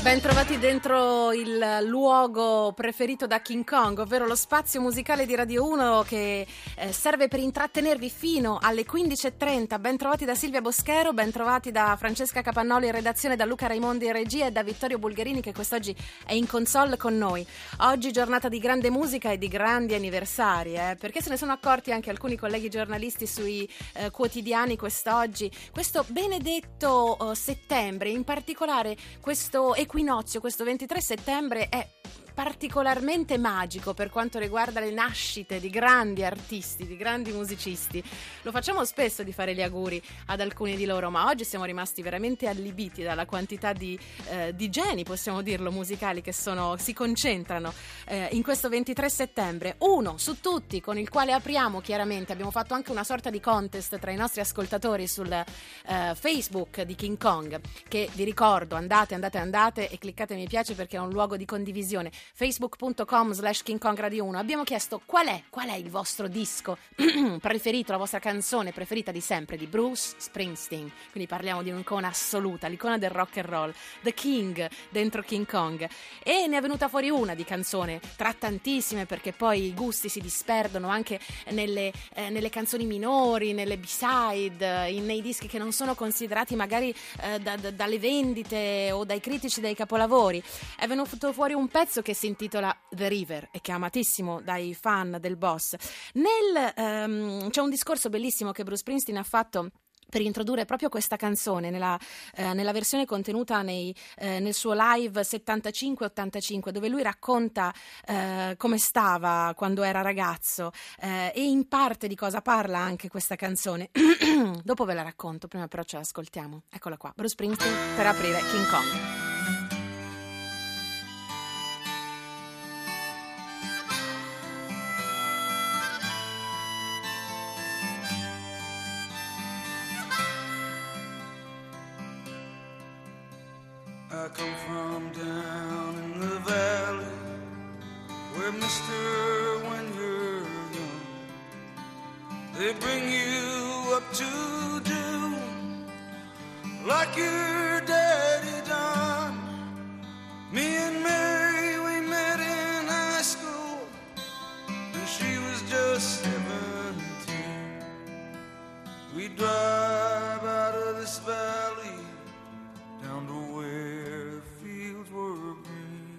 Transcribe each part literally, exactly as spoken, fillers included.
Ben trovati dentro il luogo preferito da King Kong, ovvero lo spazio musicale di Radio uno che eh, serve per intrattenervi fino alle quindici e trenta. Ben trovati da Silvia Boschero, ben trovati da Francesca Capannoli in redazione, da Luca Raimondi in regia e da Vittorio Bulgherini che quest'oggi è in console con noi. Oggi giornata di grande musica e di grandi anniversari, eh, perché se ne sono accorti anche alcuni colleghi giornalisti sui eh, quotidiani quest'oggi. Questo benedetto eh, settembre, in particolare questo equinozio, questo ventitré settembre è particolarmente magico per quanto riguarda le nascite di grandi artisti, di grandi musicisti. Lo facciamo spesso di fare gli auguri ad alcuni di loro, ma oggi siamo rimasti veramente allibiti dalla quantità di, eh, di geni, possiamo dirlo, musicali che sono, si concentrano eh, in questo ventitré settembre. Uno su tutti, con il quale apriamo chiaramente, abbiamo fatto anche una sorta di contest tra i nostri ascoltatori sul eh, Facebook di King Kong, che vi ricordo, andate, andate, andate e cliccate mi piace perché è un luogo di condivisione. facebook punto com slash King Kong Radio uno. Abbiamo chiesto qual è, qual è il vostro disco preferito, la vostra canzone preferita di sempre di Bruce Springsteen. Quindi parliamo di un'icona assoluta, l'icona del rock and roll, The King dentro King Kong. E ne è venuta fuori una di canzone tra tantissime, perché poi i gusti si disperdono anche nelle, eh, nelle canzoni minori, nelle B-side, in, nei dischi che non sono considerati magari eh, da, da, dalle vendite o dai critici dei capolavori. È venuto fuori un pezzo che si intitola The River e che è amatissimo dai fan del boss. Nel, um, c'è un discorso bellissimo che Bruce Springsteen ha fatto per introdurre proprio questa canzone nella, eh, nella versione contenuta nei, eh, nel suo live settantacinque ottantacinque, dove lui racconta eh, come stava quando era ragazzo eh, e in parte di cosa parla anche questa canzone. Dopo ve la racconto, prima però ce l'ascoltiamo. Eccola qua, Bruce Springsteen per aprire King Kong. I come from down in the valley where, mister, when you're young, they bring you up to do like your daddy done. Me and Mary, we met in high school and she was just seventeen. We drive out of this valley down to where fields were green.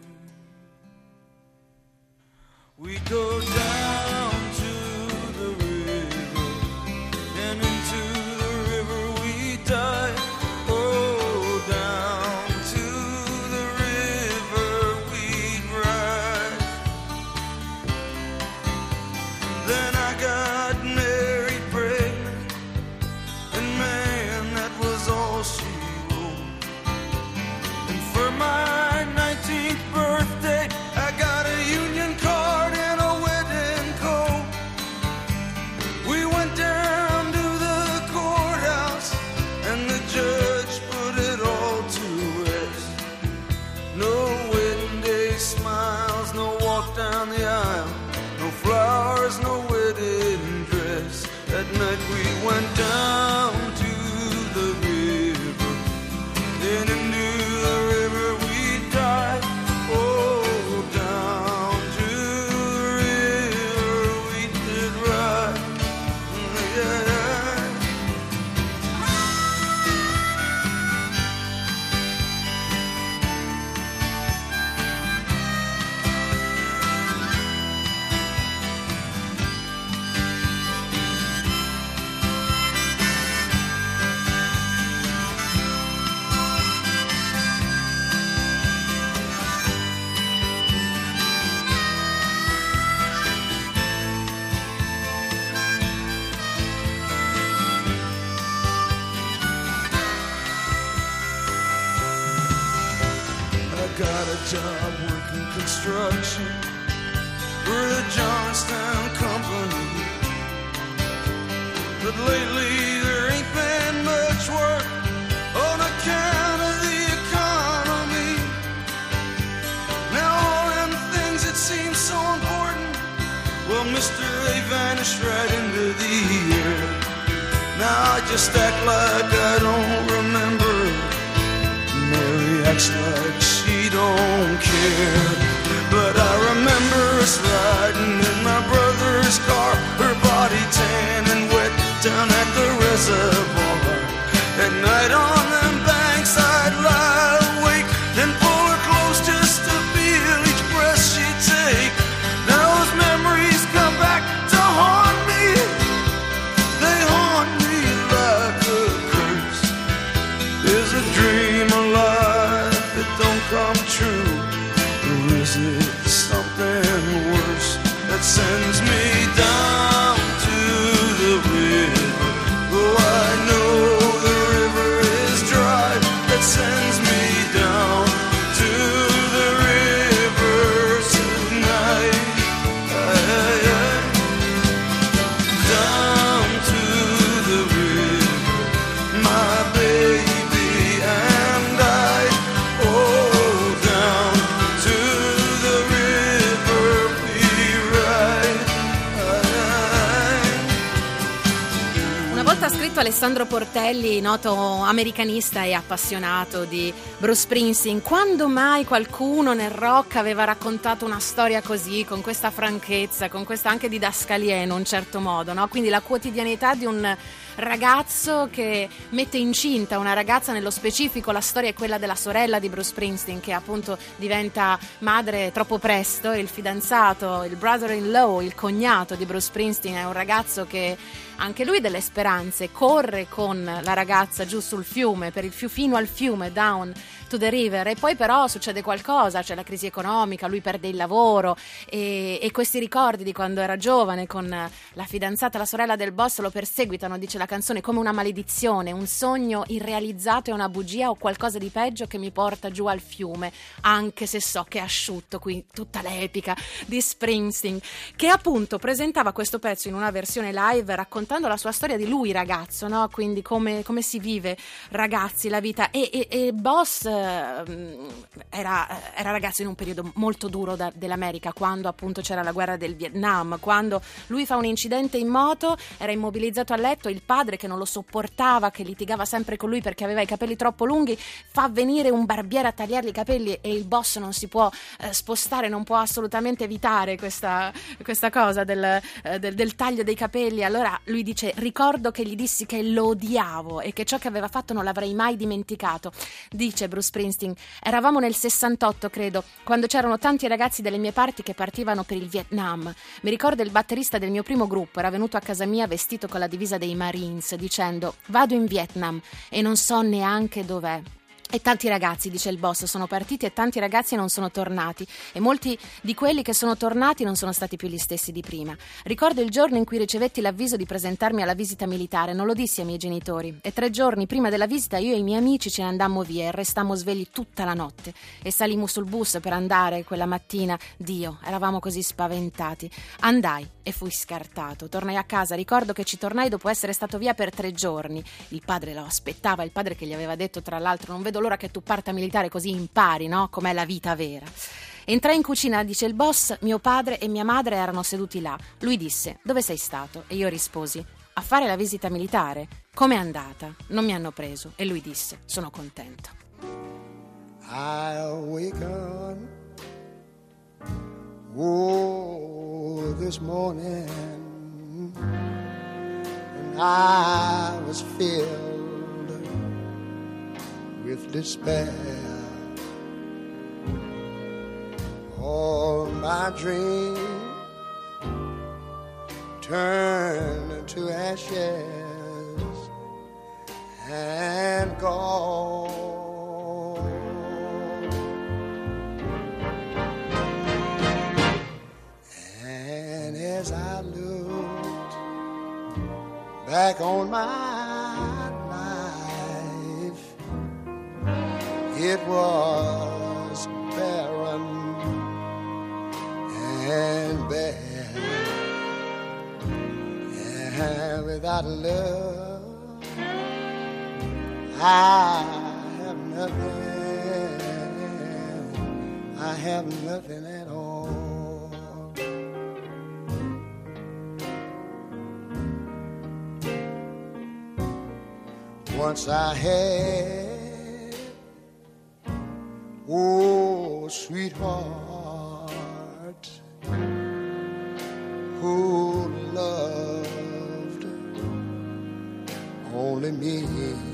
We go down to the river, and into the river we dive. Oh, down to the river we ride. Then I got married pregnant, and man, that was all she wrote. And for my nineteenth birthday, I got a union card and a wedding coat. We went down to the courthouse, and the judge put it all to rest. No wedding day smiles, no walk down the aisle, no flowers, no wedding dress. That night we went down to the river, then into the river we dive. Oh, down to the river we did ride. Yeah. I got a job working construction for the Johnstown Company, but lately there ain't been much work on account of the economy. Now all them things that seem so important, well, mister, they vanished right into the air. Now I just act like I don't remember. Mary acts like she don't care. But I remember us riding in my brother's car, her body tan and wet down at the reservoir. At night on them banks I'd lie awake and pull her close just to feel each breath she'd take. Now those memories come back to haunt me. They haunt me like a curse. Is a dream alive that don't come true? Or is it something worse that sends me down to the river? Oh, I know the river is dry, that sends me down to the river tonight. Aye, aye. Down to the river, my baby and I. Oh, down to the river we ride. Aye. Una volta ha scritto Alessandro Portelli, noto americanista e appassionato di Bruce Springsteen: quando mai qualcuno nel rock aveva raccontato una storia così, con questa franchezza, con questa anche didascalia in un certo modo, no? Quindi la quotidianità di un ragazzo che mette incinta una ragazza, nello specifico la storia è quella della sorella di Bruce Springsteen, che appunto diventa madre troppo presto. Il fidanzato, il brother-in-law, il cognato di Bruce Springsteen è un ragazzo che anche lui delle speranze, corre con la ragazza giù sul fiume, per il fiu- fino al fiume, down to the river, e poi però succede qualcosa, c'è la crisi economica, lui perde il lavoro e, e questi ricordi di quando era giovane con la fidanzata, la sorella del boss, lo perseguitano, dice la canzone, come una maledizione, un sogno irrealizzato e una bugia o qualcosa di peggio che mi porta giù al fiume, anche se so che è asciutto. Qui tutta l'epica di Springsteen, che appunto presentava questo pezzo in una versione live raccontando la sua storia di lui ragazzo, no? Quindi come, come si vive ragazzi la vita, e, e, e boss Era, era ragazzo in un periodo molto duro da, dell'America, quando appunto c'era la guerra del Vietnam, quando lui fa un incidente in moto, era immobilizzato a letto, il padre che non lo sopportava, che litigava sempre con lui perché aveva i capelli troppo lunghi, fa venire un barbiere a tagliargli i capelli e il boss non si può eh, spostare, non può assolutamente evitare questa, questa cosa del, eh, del, del taglio dei capelli. Allora lui dice: ricordo che gli dissi che lo odiavo e che ciò che aveva fatto non l'avrei mai dimenticato. Dice Bruce Springsteen: eravamo nel sessantotto, credo, quando c'erano tanti ragazzi delle mie parti che partivano per il Vietnam. Mi ricordo il batterista del mio primo gruppo era venuto a casa mia vestito con la divisa dei Marines dicendo: vado in Vietnam e non so neanche dov'è. E tanti ragazzi, dice il boss, sono partiti e tanti ragazzi non sono tornati, e molti di quelli che sono tornati non sono stati più gli stessi di prima. Ricordo il giorno in cui ricevetti l'avviso di presentarmi alla visita militare, non lo dissi ai miei genitori, e tre giorni prima della visita io e i miei amici ce ne andammo via e restammo svegli tutta la notte e salimmo sul bus per andare quella mattina. Dio, eravamo così spaventati. Andai e fui scartato. Tornai a casa, ricordo che ci tornai dopo essere stato via per tre giorni. Il padre lo aspettava, il padre che gli aveva detto tra l'altro: non vedo l'ora che tu parta militare così impari, no? Com'è la vita vera. Entrai in cucina, dice il boss, mio padre e mia madre erano seduti là. Lui disse: dove sei stato? E io risposi: a fare la visita militare. Com'è andata? Non mi hanno preso. E lui disse: sono contento. I'll wake up, oh, this morning, and I was filled with despair. All my dreams turned to ashes and gone. And as I looked back on my life, it was barren and bare, and without love I have nothing, I have nothing at all. Once I had, oh, Oh, sweetheart, who loved only me.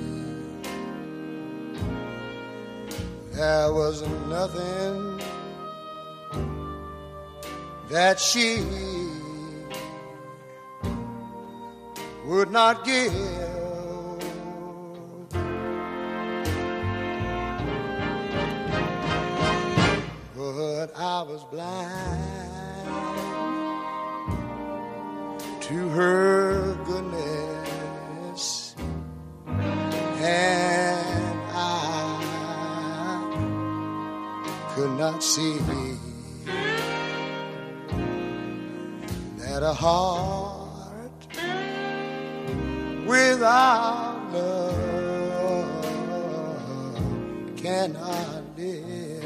There was nothing that she would not give. But I was blind to her goodness, and I could not see that a heart without love cannot live.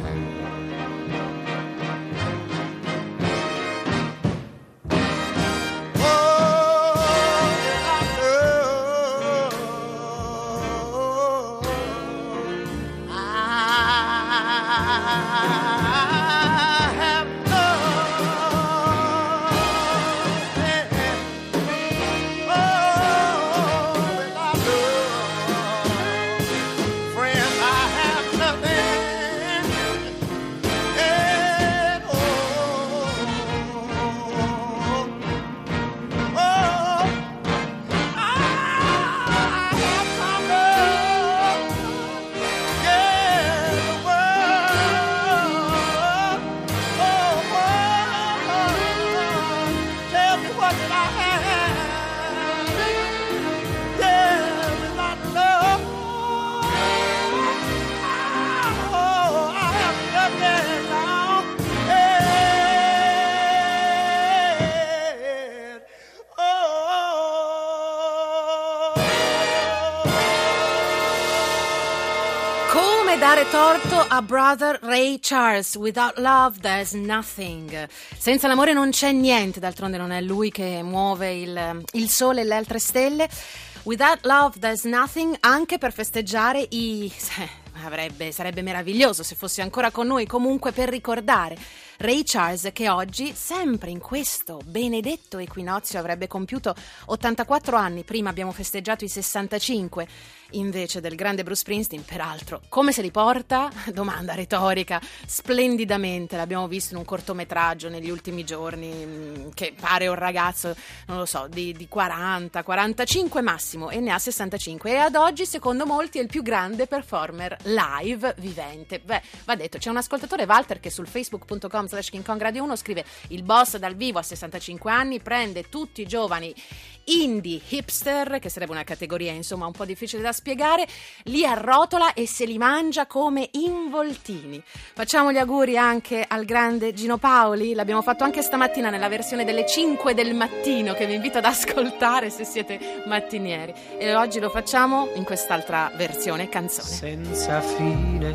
Dare torto a Brother Ray Charles. Without love there's nothing. Senza l'amore non c'è niente, d'altronde non è lui che muove il, il sole e le altre stelle. Without love there's nothing, anche per festeggiare i... Avrebbe, sarebbe meraviglioso se fosse ancora con noi, comunque per ricordare Ray Charles, che oggi, sempre in questo benedetto equinozio, avrebbe compiuto ottantaquattro anni. Prima abbiamo festeggiato i sessantacinque invece del grande Bruce Springsteen. Peraltro, come se li porta? Domanda retorica. Splendidamente, l'abbiamo visto in un cortometraggio negli ultimi giorni, che pare un ragazzo, non lo so, di, di quaranta, quarantacinque massimo, e ne ha sessantacinque, e ad oggi secondo molti è il più grande performer live vivente. Beh, va detto, c'è un ascoltatore, Walter, che sul facebook punto com slash King Kong Radio uno scrive: il boss dal vivo a sessantacinque anni prende tutti i giovani indie hipster, che sarebbe una categoria insomma un po' difficile da spiegare, li arrotola e se li mangia come involtini. Facciamo gli auguri anche al grande Gino Paoli, l'abbiamo fatto anche stamattina nella versione delle cinque del mattino, che vi invito ad ascoltare se siete mattinieri, e oggi lo facciamo in quest'altra versione canzone. Senza fine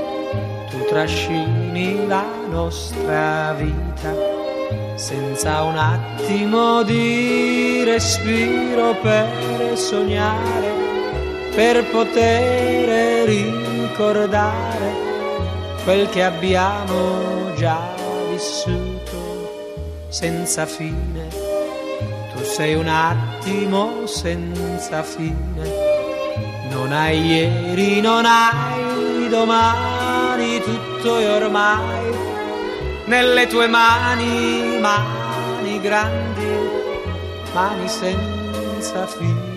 tu trascini la nostra vita, senza un attimo di respiro per sognare, per poter ricordare quel che abbiamo già vissuto. Senza fine, tu sei un attimo senza fine, non hai ieri, non hai domani, tutto è ormai nelle tue mani, mani grandi, mani senza fine.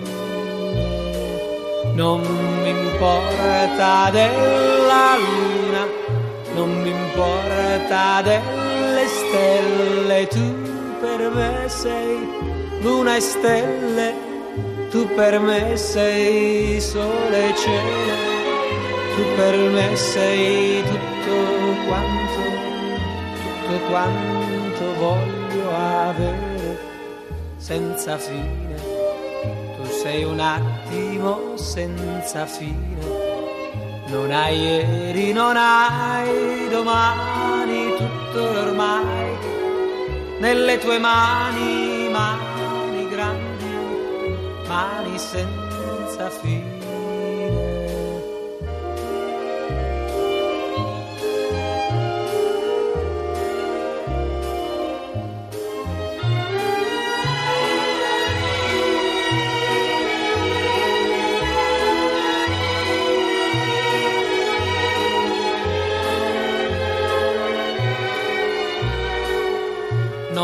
Non mi importa della luna, non mi importa delle stelle, tu per me sei luna e stelle, tu per me sei sole e cielo, tu per me sei tutto quanto, tutto quanto voglio avere. Senza fine, tu sei un attimo senza fine, non hai ieri, non hai domani, tutto è ormai nelle tue mani, mani grandi, mani senza fine.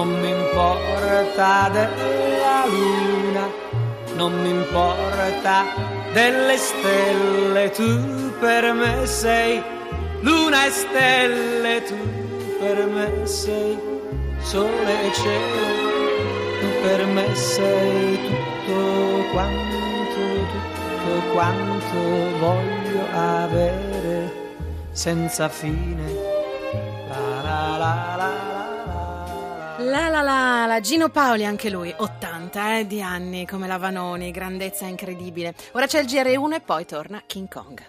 non mi importa della luna, non mi importa delle stelle, tu per me sei luna e stelle, tu per me sei sole e cielo, tu per me sei tutto quanto, tutto quanto voglio avere senza fine. La la la la la La la la, la Gino Paoli, anche lui, ottanta eh, di anni come la Vanoni, grandezza incredibile. Ora c'è il G R uno e poi torna King Kong.